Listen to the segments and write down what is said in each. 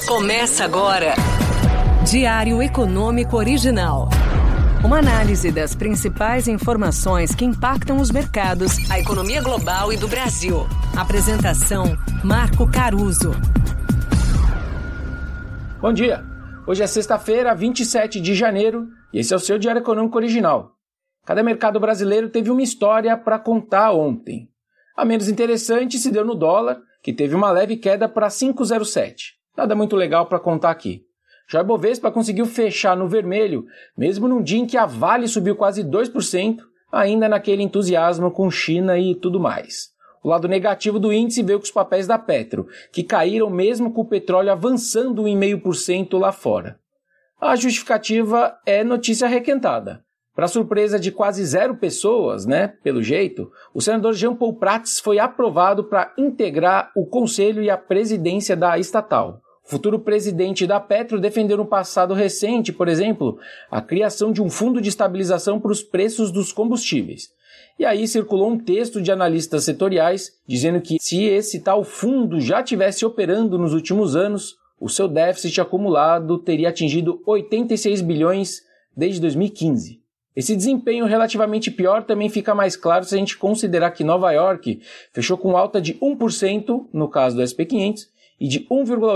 Começa agora. Diário Econômico Original. Uma análise das principais informações que impactam os mercados, a economia global e do Brasil. Apresentação: Marco Caruso. Bom dia. Hoje é sexta-feira, 27 de janeiro, e esse é o seu Diário Econômico Original. Cada mercado brasileiro teve uma história para contar ontem. A menos interessante se deu no dólar, que teve uma leve queda para 5,07. Nada muito legal para contar aqui. Já o Ibovespa conseguiu fechar no vermelho, mesmo num dia em que a Vale subiu quase 2%, ainda naquele entusiasmo com China e tudo mais. O lado negativo do índice veio com os papéis da Petro, que caíram mesmo com o petróleo avançando 0,5% lá fora. A justificativa é notícia requentada. Para surpresa de quase zero pessoas, pelo jeito, o senador Jean Paul Prats foi aprovado para integrar o conselho e a presidência da estatal. O futuro presidente da Petro defendeu no passado recente, por exemplo, a criação de um fundo de estabilização para os preços dos combustíveis. E aí circulou um texto de analistas setoriais dizendo que se esse tal fundo já tivesse operando nos últimos anos, o seu déficit acumulado teria atingido 86 bilhões desde 2015. Esse desempenho relativamente pior também fica mais claro se a gente considerar que Nova York fechou com alta de 1% no caso do S&P 500 e de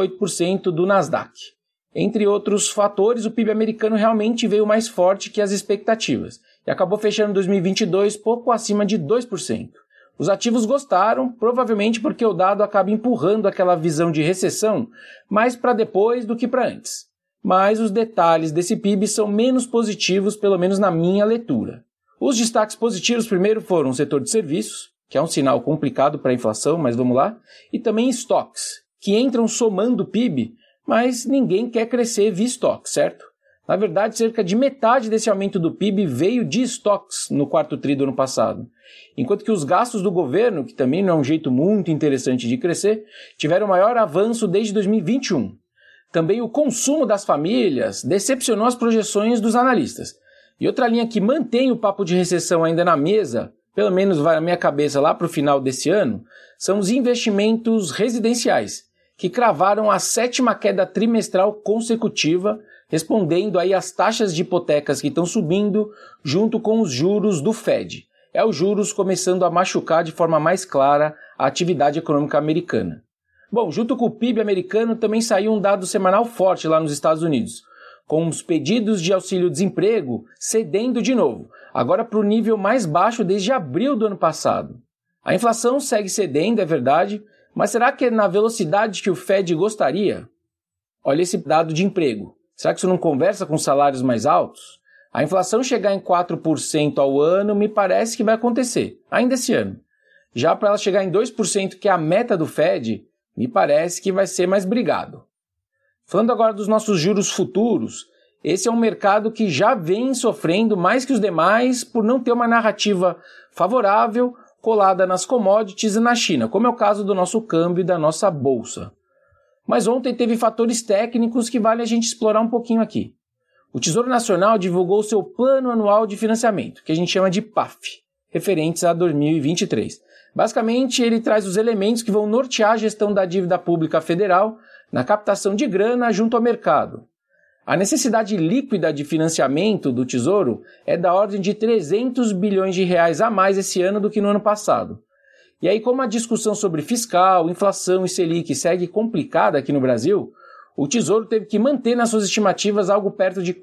1,8% do Nasdaq. Entre outros fatores, o PIB americano realmente veio mais forte que as expectativas e acabou fechando 2022 pouco acima de 2%. Os ativos gostaram, provavelmente porque o dado acaba empurrando aquela visão de recessão mais para depois do que para antes. Mas os detalhes desse PIB são menos positivos, pelo menos na minha leitura. Os destaques positivos primeiro foram o setor de serviços, que é um sinal complicado para a inflação, mas vamos lá, e também estoques, que entram somando o PIB, mas ninguém quer crescer via estoque, certo? Na verdade, cerca de metade desse aumento do PIB veio de estoques no quarto tri do ano passado, enquanto que os gastos do governo, que também não é um jeito muito interessante de crescer, tiveram maior avanço desde 2021. Também o consumo das famílias decepcionou as projeções dos analistas. E outra linha que mantém o papo de recessão ainda na mesa, pelo menos vai na minha cabeça lá para o final desse ano, são os investimentos residenciais, que cravaram a 7ª queda trimestral consecutiva, respondendo aí às taxas de hipotecas que estão subindo junto com os juros do Fed. É os juros começando a machucar de forma mais clara a atividade econômica americana. Bom, junto com o PIB americano também saiu um dado semanal forte lá nos Estados Unidos, com os pedidos de auxílio-desemprego cedendo de novo, agora para o nível mais baixo desde abril do ano passado. A inflação segue cedendo, é verdade, mas será que é na velocidade que o Fed gostaria? Olha esse dado de emprego. Será que isso não conversa com salários mais altos? A inflação chegar em 4% ao ano me parece que vai acontecer, ainda esse ano. Já para ela chegar em 2%, que é a meta do Fed, me parece que vai ser mais brigado. Falando agora dos nossos juros futuros, esse é um mercado que já vem sofrendo mais que os demais por não ter uma narrativa favorável colada nas commodities e na China, como é o caso do nosso câmbio e da nossa bolsa. Mas ontem teve fatores técnicos que vale a gente explorar um pouquinho aqui. O Tesouro Nacional divulgou seu Plano Anual de Financiamento, que a gente chama de PAF, referentes a 2023. Basicamente, ele traz os elementos que vão nortear a gestão da dívida pública federal na captação de grana junto ao mercado. A necessidade líquida de financiamento do Tesouro é da ordem de 300 bilhões de reais a mais esse ano do que no ano passado. E aí, como a discussão sobre fiscal, inflação e Selic segue complicada aqui no Brasil, o Tesouro teve que manter nas suas estimativas algo perto de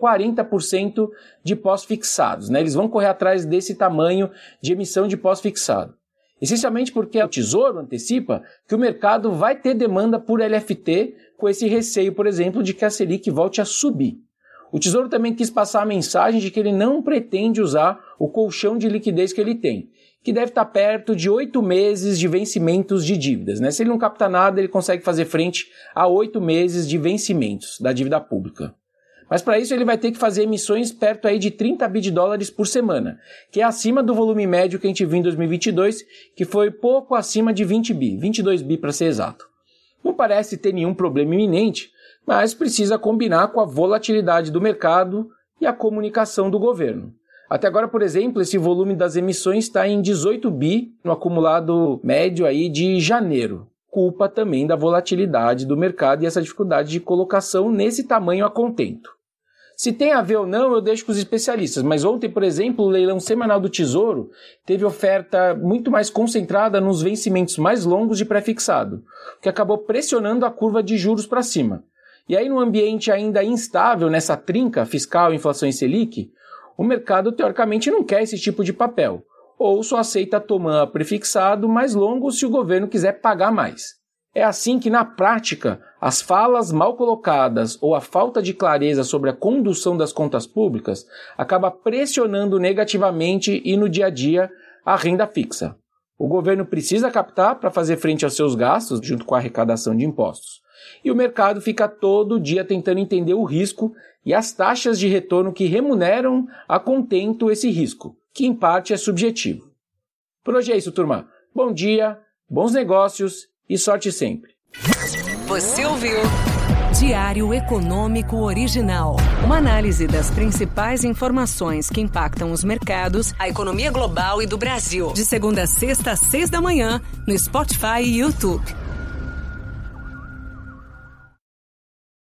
40% de pós-fixados. Eles vão correr atrás desse tamanho de emissão de pós-fixado. Essencialmente porque o Tesouro antecipa que o mercado vai ter demanda por LFT com esse receio, por exemplo, de que a Selic volte a subir. O Tesouro também quis passar a mensagem de que ele não pretende usar o colchão de liquidez que ele tem, que deve estar perto de 8 meses de vencimentos de dívidas. Se ele não capta nada, ele consegue fazer frente a 8 meses de vencimentos da dívida pública. Mas para isso ele vai ter que fazer emissões perto aí de 30 bi de dólares por semana, que é acima do volume médio que a gente viu em 2022, que foi pouco acima de 20 bi, 22 bi para ser exato. Não parece ter nenhum problema iminente, mas precisa combinar com a volatilidade do mercado e a comunicação do governo. Até agora, por exemplo, esse volume das emissões está em 18 bi no acumulado médio aí de janeiro. culpa também da volatilidade do mercado e essa dificuldade de colocação nesse tamanho a contento. Se tem a ver ou não, eu deixo com os especialistas, mas ontem, por exemplo, o leilão semanal do Tesouro teve oferta muito mais concentrada nos vencimentos mais longos de pré-fixado, o que acabou pressionando a curva de juros para cima. E aí, num ambiente ainda instável nessa trinca fiscal, inflação e Selic, o mercado teoricamente não quer esse tipo de papel, ou só aceita tomar prefixado mais longo se o governo quiser pagar mais. É assim que, na prática, as falas mal colocadas ou a falta de clareza sobre a condução das contas públicas acaba pressionando negativamente e no dia a dia a renda fixa. O governo precisa captar para fazer frente aos seus gastos, junto com a arrecadação de impostos. E o mercado fica todo dia tentando entender o risco e as taxas de retorno que remuneram a contento esse risco, que em parte é subjetivo. Por hoje é isso, turma. Bom dia, bons negócios e sorte sempre. Você ouviu Diário Econômico Original. Uma análise das principais informações que impactam os mercados, a economia global e do Brasil. De segunda a sexta, às 6 da manhã, no Spotify e YouTube.